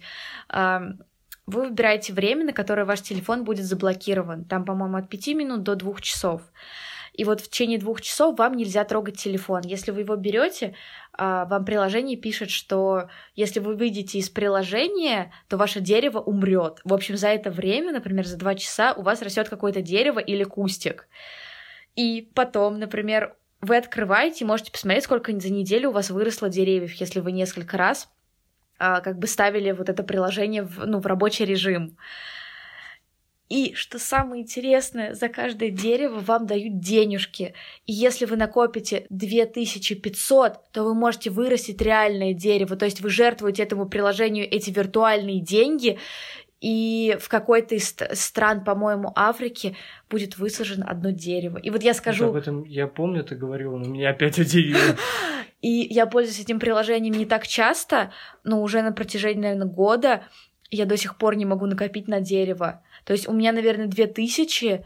Вы выбираете время, на которое ваш телефон будет заблокирован. Там, по-моему, от пяти минут до двух часов. И вот в течение двух часов вам нельзя трогать телефон. Если вы его берете, вам приложение пишет, что если вы выйдете из приложения, то ваше дерево умрет. В общем, за это время, например, за два часа у вас растет какое-то дерево или кустик. И потом, например, вы открываете, можете посмотреть, сколько за неделю у вас выросло деревьев, если вы несколько раз а, как бы ставили вот это приложение в, ну, в рабочий режим. И, что самое интересное, за каждое дерево вам дают денежки. И если вы накопите две тысячи пятьсот, то вы можете вырастить реальное дерево. То есть вы жертвуете этому приложению эти виртуальные деньги, и в какой-то из стран, по-моему, Африки, будет высажено одно дерево. И вот я скажу... Об этом я помню, ты говорила, но меня опять удивило. И я пользуюсь этим приложением не так часто, но уже на протяжении, наверное, года я до сих пор не могу накопить на дерево. То есть у меня, наверное, две тысячи,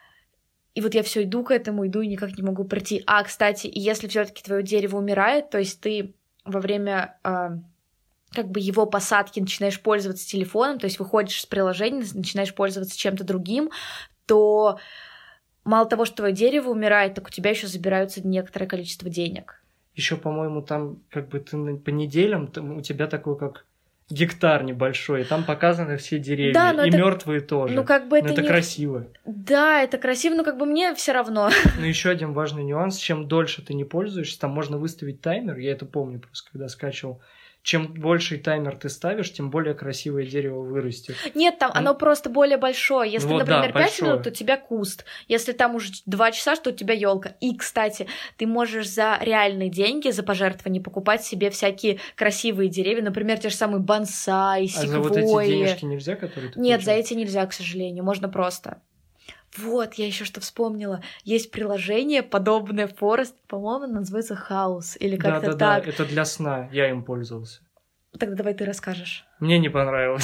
и вот я все иду к этому, иду и никак не могу пройти. А, кстати, если все-таки твое дерево умирает, то есть ты во время э, как бы его посадки начинаешь пользоваться телефоном, то есть выходишь с приложения, начинаешь пользоваться чем-то другим, то мало того, что твое дерево умирает, так у тебя еще забираются некоторое количество денег. Еще, по-моему, там как бы ты по неделям, там у тебя такой как гектар небольшой, и там показаны все деревья, да, но и это... мертвые тоже. Ну, как бы это, но это не... красиво. Да, это красиво, но как бы мне все равно. Ну, еще один важный нюанс, чем дольше ты не пользуешься, там можно выставить таймер, я это помню просто, когда скачивал. Чем больший таймер ты ставишь, тем более красивое дерево вырастет. Нет, там оно просто более большое. Если, вот, например, да, пять большое. минут, то у тебя куст. Если там уже два часа, то у тебя елка. И, кстати, ты можешь за реальные деньги, за пожертвования покупать себе всякие красивые деревья, например, те же самые бонсай, секвойи. А за вот эти денежки нельзя, которые ты Нет, получаешь? за эти нельзя, к сожалению. Можно просто. Вот, я еще что вспомнила. Есть приложение, подобное Forest, по-моему, называется House или как-то да, да, так. Да, это для сна, я им пользовался. Тогда давай ты расскажешь. Мне не понравилось.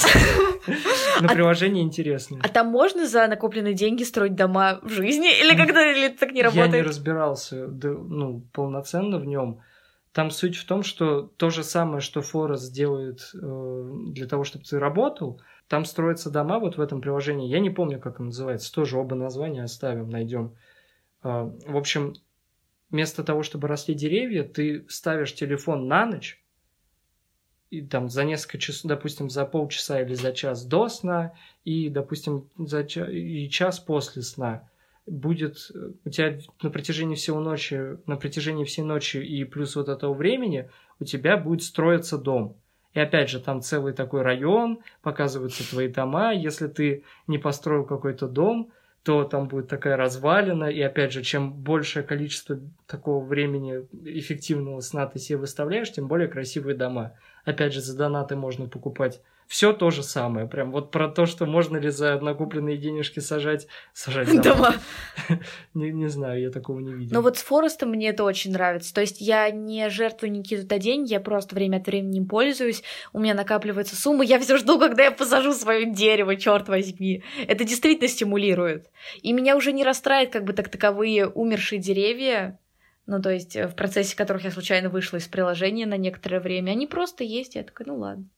Но приложение интересное. А там можно за накопленные деньги строить дома в жизни? Или как-то или так не работает? Я не разбирался ну, полноценно в нем. Там суть в том, что то же самое, что Forest делает для того, чтобы ты работал, там строятся дома вот в этом приложении. Я не помню, как оно называется. Тоже оба названия оставим, найдем. В общем, вместо того, чтобы росли деревья, ты ставишь телефон на ночь, и там за несколько часов, допустим, за полчаса или за час до сна, и, допустим, за час, и час после сна будет у тебя на протяжении всего ночи, на протяжении всей ночи и плюс вот этого времени у тебя будет строиться дом. И опять же, там целый такой район, показываются твои дома. Если ты не построил какой-то дом, то там будет такая развалина. И опять же, чем большее количество такого времени эффективного сна ты себе выставляешь, тем более красивые дома. Опять же, за донаты можно покупать все то же самое. Прям вот про то, что можно ли за накопленные денежки сажать, сажать дома. дома. не, не знаю, я такого не видел. Но вот с Форестом мне это очень нравится. То есть я не жертвую никакие туда деньги, я просто время от времени им пользуюсь. У меня накапливается сумма, я все жду, когда я посажу свое дерево, черт возьми. Это действительно стимулирует. И меня уже не расстраивает как бы так таковые умершие деревья, ну, то есть в процессе которых я случайно вышла из приложения на некоторое время. Они просто есть, я такая, ну ладно.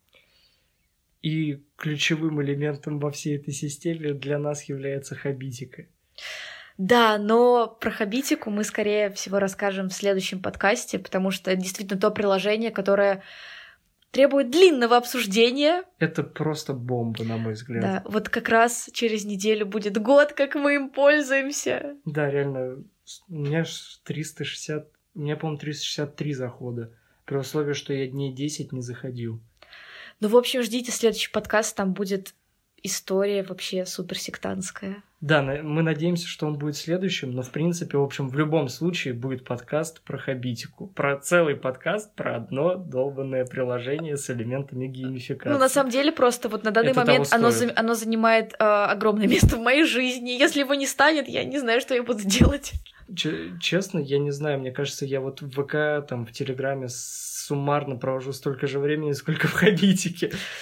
И ключевым элементом во всей этой системе для нас является хабитика. Да, но про хабитику мы, скорее всего, расскажем в следующем подкасте, потому что действительно то приложение, которое требует длинного обсуждения. Это просто бомба, на мой взгляд. Да, вот как раз через неделю будет год, как мы им пользуемся. Да, реально, у меня триста шестьдесят, у меня, по-моему, триста шестьдесят три захода, при условии, что я дней десять не заходил. Ну, в общем, ждите следующий подкаст, там будет история вообще суперсектантская. Да, мы надеемся, что он будет следующим, но, в принципе, в общем, в любом случае будет подкаст про хабитику. Про целый подкаст про одно долбанное приложение с элементами геймификации. Ну, на самом деле, просто вот на данный Это момент оно, за, оно занимает э, огромное место в моей жизни. Если его не станет, я не знаю, что я буду делать. Ч- честно, я не знаю, мне кажется, я вот в ВК, там, в Телеграме суммарно провожу столько же времени, сколько в хабитике.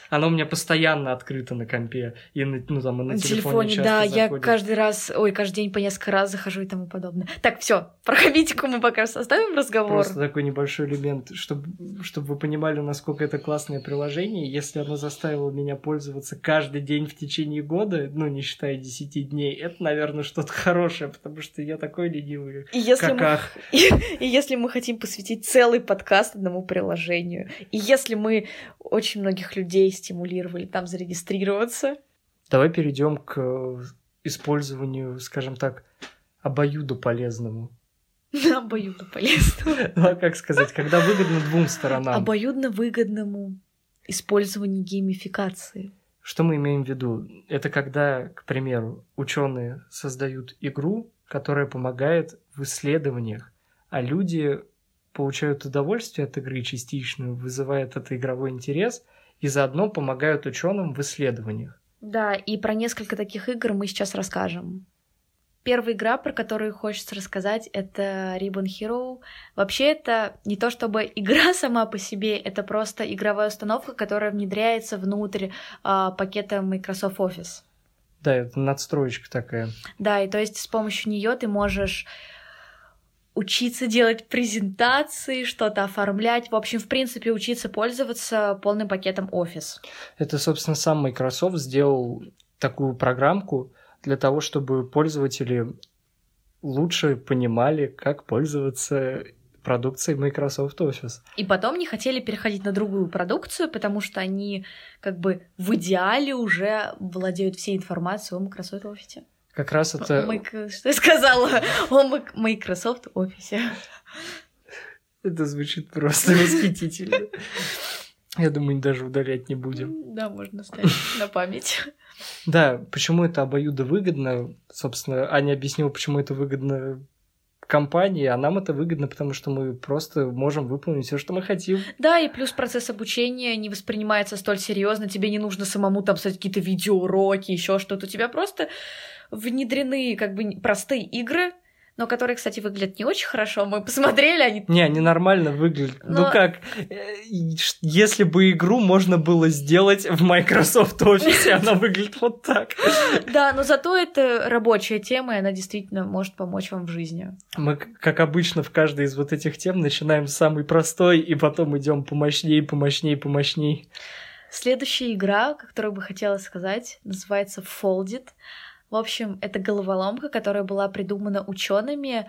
Оно у меня постоянно открыто на компе и на, ну, там, и на, на телефоне, телефоне да, часто я заходит. каждый раз, ой, каждый день по несколько раз захожу и тому подобное. Так, все, про хомитику мы пока составим разговор. Просто такой небольшой элемент, чтобы, чтобы вы понимали, насколько это классное приложение. Если оно заставило меня пользоваться каждый день в течение года, ну, не считая десяти дней, это, наверное, что-то хорошее, потому что я такой ленивый, и если каках. Мы, и, и если мы хотим посвятить целый подкаст одному приложению, и если мы очень многих людей стимулировали там зарегистрироваться. Давай перейдем к использованию, скажем так, обоюдополезному. Обоюдополезному. Ну, а как сказать, когда выгодно двум сторонам. Обоюдно выгодному использованию геймификации. Что мы имеем в виду? Это когда, к примеру, ученые создают игру, которая помогает в исследованиях, а люди получают удовольствие от игры частично, вызывает это игровой интерес и заодно помогают ученым в исследованиях. Да, и про несколько таких игр мы сейчас расскажем. Первая игра, про которую хочется рассказать, это Ribbon Hero. Вообще это не то чтобы игра сама по себе, это просто игровая установка, которая внедряется внутрь а, пакета Microsoft Office. Да, это надстроечка такая. Да, и то есть с помощью нее ты можешь учиться делать презентации, что-то оформлять. В общем, в принципе, учиться пользоваться полным пакетом Office. Это, собственно, сам Microsoft сделал такую программку для того, чтобы пользователи лучше понимали, как пользоваться продукцией Microsoft Office. И потом не хотели переходить на другую продукцию, потому что они как бы в идеале уже владеют всей информацией о Microsoft Office. Как раз это... Майк... Что я сказала? О Microsoft Office. Это звучит просто восхитительно. Я думаю, даже удалять не будем. Да, можно оставить на память. Да, почему это обоюдовыгодно? Собственно, Аня объяснила, почему это выгодно компании, а нам это выгодно, потому что мы просто можем выполнить все, что мы хотим. Да, и плюс процесс обучения не воспринимается столь серьезно, тебе не нужно самому там писать какие-то видеоуроки, еще что-то. У тебя просто внедрены как бы простые игры, но которые, кстати, выглядят не очень хорошо. Мы посмотрели, они... Не, они нормально выглядят. Но... Ну как, если бы игру можно было сделать в Microsoft Office, она выглядит вот так. Да, но зато это рабочая тема, и она действительно может помочь вам в жизни. Мы, как обычно, в каждой из вот этих тем начинаем с самой простой, и потом идем помощней, помощней, помощней. Следующая игра, о которой бы хотела сказать, называется Foldit. В общем, это головоломка, которая была придумана учеными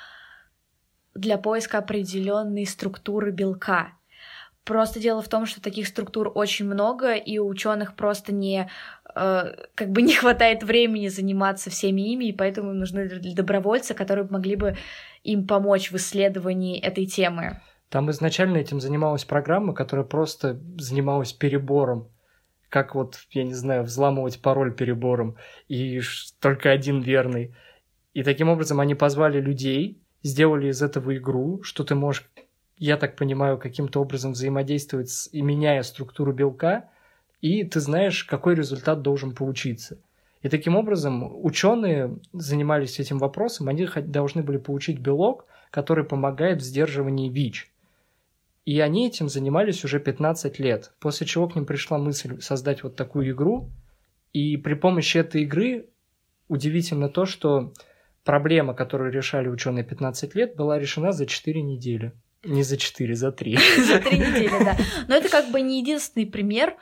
для поиска определенной структуры белка. Просто дело в том, что таких структур очень много, и у ученых просто не, э, как бы не хватает времени заниматься всеми ими, и поэтому им нужны добровольцы, которые могли бы им помочь в исследовании этой темы. Там изначально этим занималась программа, которая просто занималась перебором. Как вот, я не знаю, взламывать пароль перебором, и только один верный. И таким образом они позвали людей, сделали из этого игру, что ты можешь, я так понимаю, каким-то образом взаимодействовать, с, и меняя структуру белка, и ты знаешь, какой результат должен получиться. И таким образом ученые занимались этим вопросом, они должны были получить белок, который помогает в сдерживании ВИЧ. И они этим занимались уже пятнадцать лет, после чего к ним пришла мысль создать вот такую игру. И при помощи этой игры удивительно то, что проблема, которую решали ученые пятнадцать лет, была решена за четыре недели. Не за четыре, за три. За три недели, да. Но это как бы не единственный пример.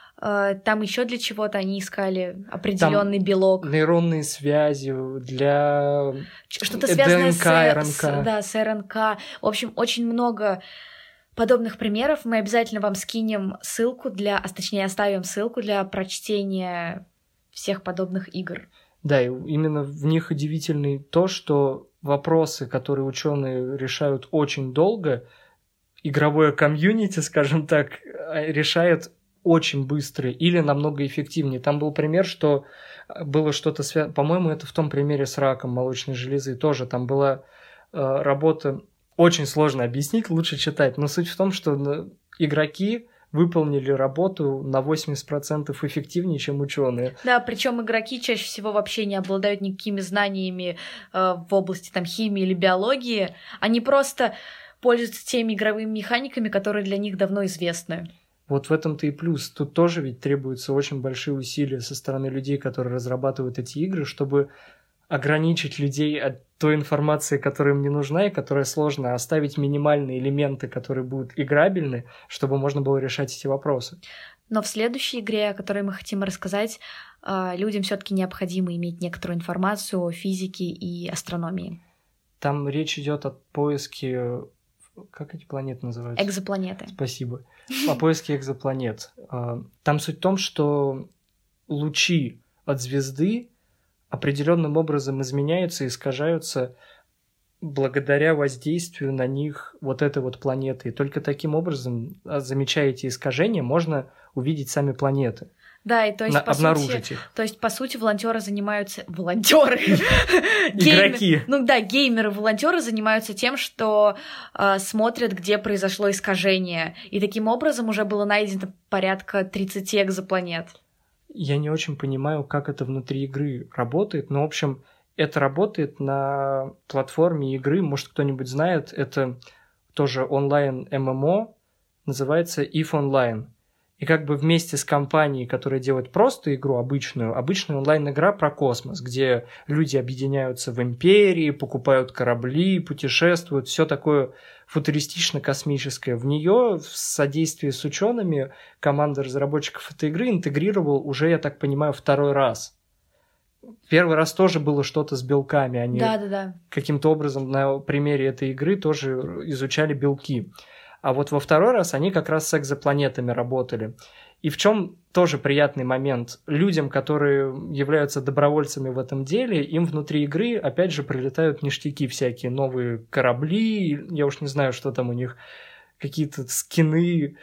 Там еще для чего-то они искали определенный белок. Нейронные связи для что-то связанное ДНК, с, РНК. С, да, с РНК. В общем, очень много подобных примеров. Мы обязательно вам скинем ссылку для, а точнее оставим ссылку для прочтения всех подобных игр. Да, и именно в них удивительно то, что вопросы, которые ученые решают очень долго, игровое комьюнити, скажем так, решает очень быстро или намного эффективнее. Там был пример, что было что-то связано, по-моему, это в том примере с раком молочной железы тоже. Там была э, работа, очень сложно объяснить, лучше читать, но суть в том, что игроки выполнили работу на восемьдесят процентов эффективнее, чем ученые. Да, причем игроки чаще всего вообще не обладают никакими знаниями э, в области там, химии или биологии. Они просто пользуются теми игровыми механиками, которые для них давно известны. Вот в этом-то и плюс. Тут тоже ведь требуются очень большие усилия со стороны людей, которые разрабатывают эти игры, чтобы ограничить людей от той информации, которая им не нужна и которая сложна, оставить минимальные элементы, которые будут играбельны, чтобы можно было решать эти вопросы. Но в следующей игре, о которой мы хотим рассказать, людям все-таки необходимо иметь некоторую информацию о физике и астрономии. Там речь идет о поиске... Как эти планеты называются? Экзопланеты. Спасибо. О поиске экзопланет. Там суть в том, что лучи от звезды определенным образом изменяются и искажаются благодаря воздействию на них вот этой вот планеты. И только таким образом, замечая эти искажения, можно увидеть сами планеты. Да, и то есть, на, по обнаружить сути, их. То есть, по сути, волонтеры занимаются... Волонтеры! Игроки! Ну да, геймеры-волонтеры занимаются тем, что э, смотрят, где произошло искажение. И таким образом уже было найдено порядка тридцать экзопланет. Я не очень понимаю, как это внутри игры работает, но, в общем, это работает на платформе игры, может, кто-нибудь знает, это тоже онлайн-эм эм о, называется иф Online. И как бы вместе с компанией, которая делает просто игру обычную, обычная онлайн-игра про космос, где люди объединяются в империи, покупают корабли, путешествуют, все такое футуристично-космическое. В нее в содействии с учеными команда разработчиков этой игры интегрировал уже, я так понимаю, второй раз. Первый раз тоже было что-то с белками. Они да, да, да. каким-то образом на примере этой игры тоже изучали белки. А вот во второй раз они как раз с экзопланетами работали. И в чем тоже приятный момент? Людям, которые являются добровольцами в этом деле, им внутри игры опять же прилетают ништяки всякие, новые корабли, я уж не знаю, что там у них, какие-то скины,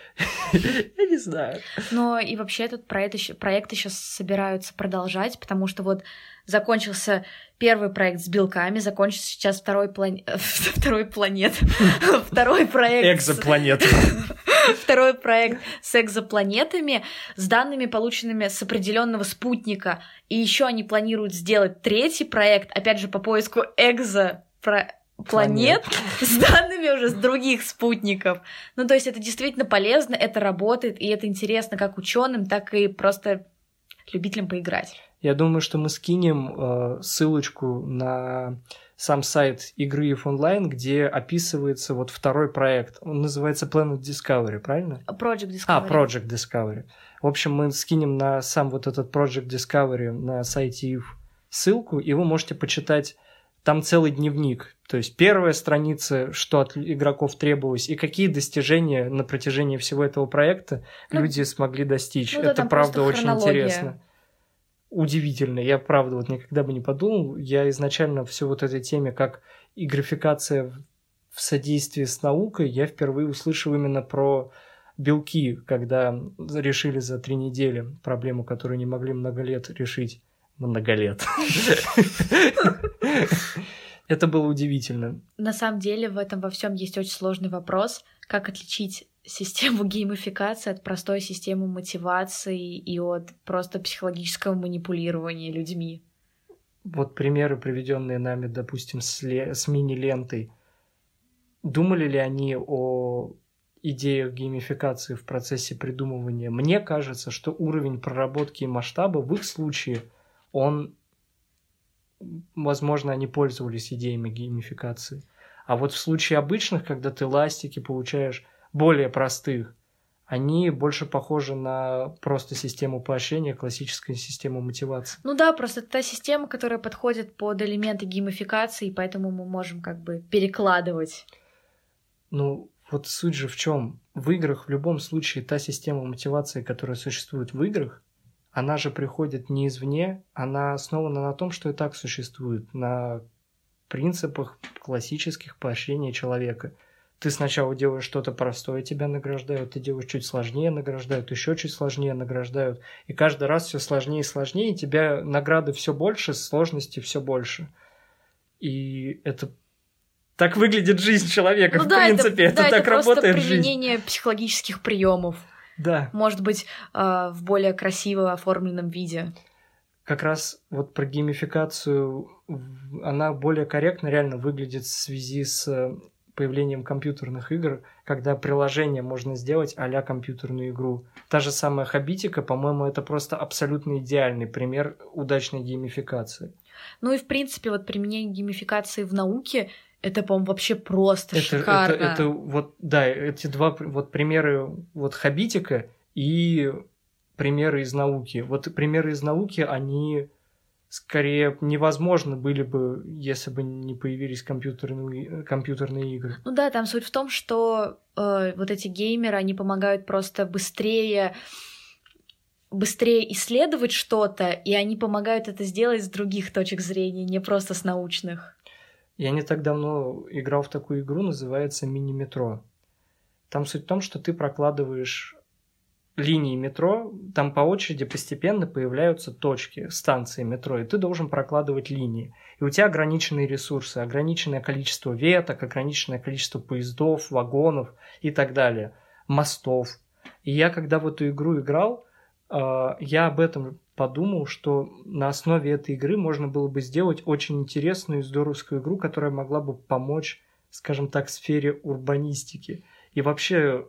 я не знаю. Но и вообще этот проект еще, проект еще собираются продолжать, потому что вот закончился первый проект с белками, закончится сейчас второй план... второй планет, второй проект... Экзопланет. Второй проект с экзопланетами, с данными, полученными с определенного спутника. И еще они планируют сделать третий проект, опять же, по поиску экзопланет, Планет с данными уже с других спутников. Ну, то есть это действительно полезно, это работает, и это интересно как ученым, так и просто любителям поиграть. Я думаю, что мы скинем э, ссылочку на сам сайт игры иф Online, где описывается вот второй проект. Он называется Planet Discovery, правильно? Project Discovery. А, Project Discovery. В общем, мы скинем на сам вот этот Project Discovery на сайте иф ссылку, и вы можете почитать. Там целый дневник. То есть первая страница, что от игроков требовалось, и какие достижения на протяжении всего этого проекта ну, люди смогли достичь. Ну, да, это правда очень интересно. Удивительно. Я правда вот никогда бы не подумал. Я изначально все вот этой теме, как и графикация в содействии с наукой, я впервые услышал именно про белки, когда решили за три недели проблему, которую не могли много лет решить. Много лет. Это было удивительно. На самом деле в этом во всем есть очень сложный вопрос, как отличить систему геймификации от простой системы мотивации и от просто психологического манипулирования людьми. Вот примеры, приведенные нами, допустим, с, ле- с мини-лентой. Думали ли они о идеях геймификации в процессе придумывания? Мне кажется, что уровень проработки и масштаба в их случае он, возможно, они пользовались идеями геймификации. А вот в случае обычных, когда ты ластики получаешь более простых, они больше похожи на просто систему поощрения, классическую систему мотивации. Ну да, просто это та система, которая подходит под элементы геймификации, поэтому мы можем как бы перекладывать. Ну, вот суть же в чем? В играх в любом случае та система мотивации, которая существует в играх, она же приходит не извне, она основана на том, что и так существует, на принципах классических поощрения человека. Ты сначала делаешь что-то простое, тебя награждают, ты делаешь чуть сложнее, награждают, еще чуть сложнее награждают. И каждый раз все сложнее и сложнее, и тебя награды все больше, сложности все больше. И это так выглядит жизнь человека, ну, в да, принципе, это, это, это да, так это работает жизнь. Это применение психологических приемов. Да. Может быть, в более красиво оформленном виде. Как раз вот про геймификацию, она более корректно реально выглядит в связи с появлением компьютерных игр, когда приложение можно сделать а-ля компьютерную игру. Та же самая Хабитика, по-моему, это просто абсолютно идеальный пример удачной геймификации. Ну и, в принципе, вот применение геймификации в науке — это, по-моему, вообще просто это, шикарно. Это, это вот, да, эти два вот примеры, вот Хабитика и примеры из науки. Вот примеры из науки, они скорее невозможно были бы, если бы не появились компьютерные, компьютерные игры. Ну да, там суть в том, что э, вот эти геймеры, они помогают просто быстрее, быстрее исследовать что-то, и они помогают это сделать с других точек зрения, не просто с научных. Я не так давно играл в такую игру, называется «Мини-метро». Там суть в том, что ты прокладываешь линии метро, там по очереди постепенно появляются точки, станции метро, и ты должен прокладывать линии. И у тебя ограниченные ресурсы, ограниченное количество веток, ограниченное количество поездов, вагонов и так далее, мостов. И я, когда в эту игру играл, я об этом подумал, что на основе этой игры можно было бы сделать очень интересную и здоровскую игру, которая могла бы помочь, скажем так, в сфере урбанистики. И вообще,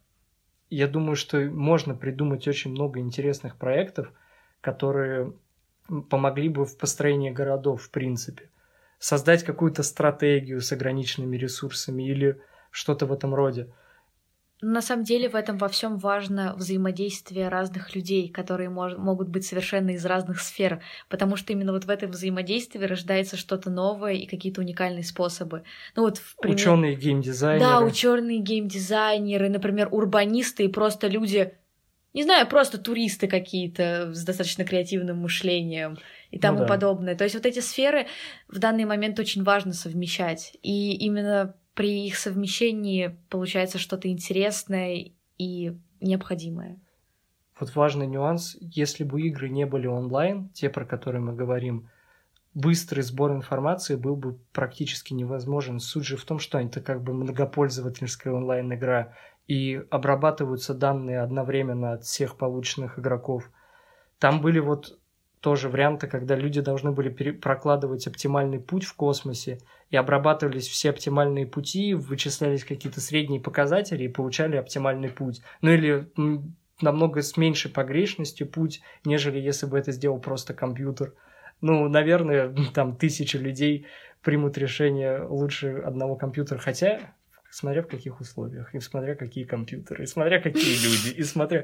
я думаю, что можно придумать очень много интересных проектов, которые помогли бы в построении городов, в принципе. Создать какую-то стратегию с ограниченными ресурсами или что-то в этом роде. На самом деле в этом во всем важно взаимодействие разных людей, которые мож- могут быть совершенно из разных сфер, потому что именно вот в этом взаимодействии рождается что-то новое и какие-то уникальные способы. Ну вот, в пример... Ученые геймдизайнеры. Да, ученые геймдизайнеры, например, урбанисты и просто люди, не знаю, просто туристы какие-то с достаточно креативным мышлением и тому ну, да. подобное. То есть вот эти сферы в данный момент очень важно совмещать, и именно при их совмещении получается что-то интересное и необходимое. Вот важный нюанс, если бы игры не были онлайн, те, про которые мы говорим, быстрый сбор информации был бы практически невозможен. Суть же в том, что это как бы многопользовательская онлайн-игра, и обрабатываются данные одновременно от всех полученных игроков. Там были вот тоже варианты, когда люди должны были пере- прокладывать оптимальный путь в космосе, и обрабатывались все оптимальные пути, вычислялись какие-то средние показатели и получали оптимальный путь. Ну или м, намного с меньшей погрешностью путь, нежели если бы это сделал просто компьютер. Ну, наверное, там тысячи людей примут решение лучше одного компьютера, хотя смотря в каких условиях, и смотря какие компьютеры, и смотря какие люди, и смотря...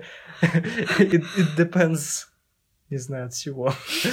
It depends... Не знаю, от всего.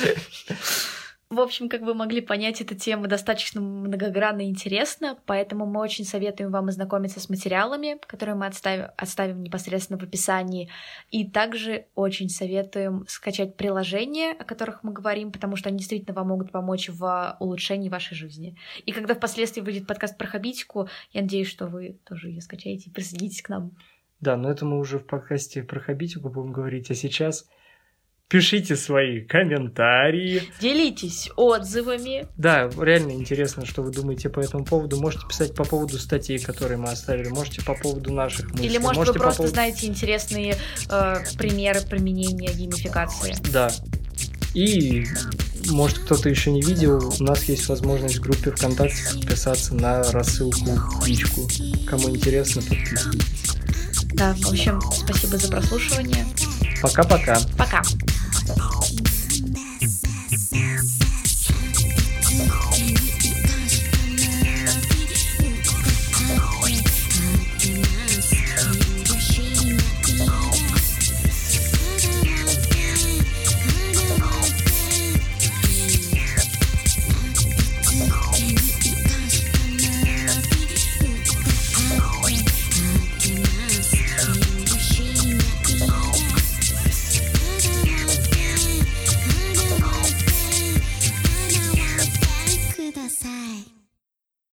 В общем, как вы могли понять, эта тема достаточно многогранна и интересна, поэтому мы очень советуем вам ознакомиться с материалами, которые мы отставим, оставим непосредственно в описании, и также очень советуем скачать приложения, о которых мы говорим, потому что они действительно вам могут помочь в улучшении вашей жизни. И когда впоследствии выйдет подкаст про Хабитику, я надеюсь, что вы тоже ее скачаете и присоединитесь к нам. Да, но это мы уже в подкасте про Хабитику будем говорить, а сейчас... Пишите свои комментарии. Делитесь отзывами. Да, реально интересно, что вы думаете по этому поводу. Можете писать по поводу статей, которые мы оставили. Можете по поводу наших мыслей. Или, может, можете вы просто поводу... знаете интересные э, примеры применения геймификации. Да. И, может, кто-то еще не видел, у нас есть возможность в группе ВКонтакте подписаться на рассылку в личку. Кому интересно, подписывайтесь. Да, в общем, спасибо за прослушивание. Пока-пока. Пока.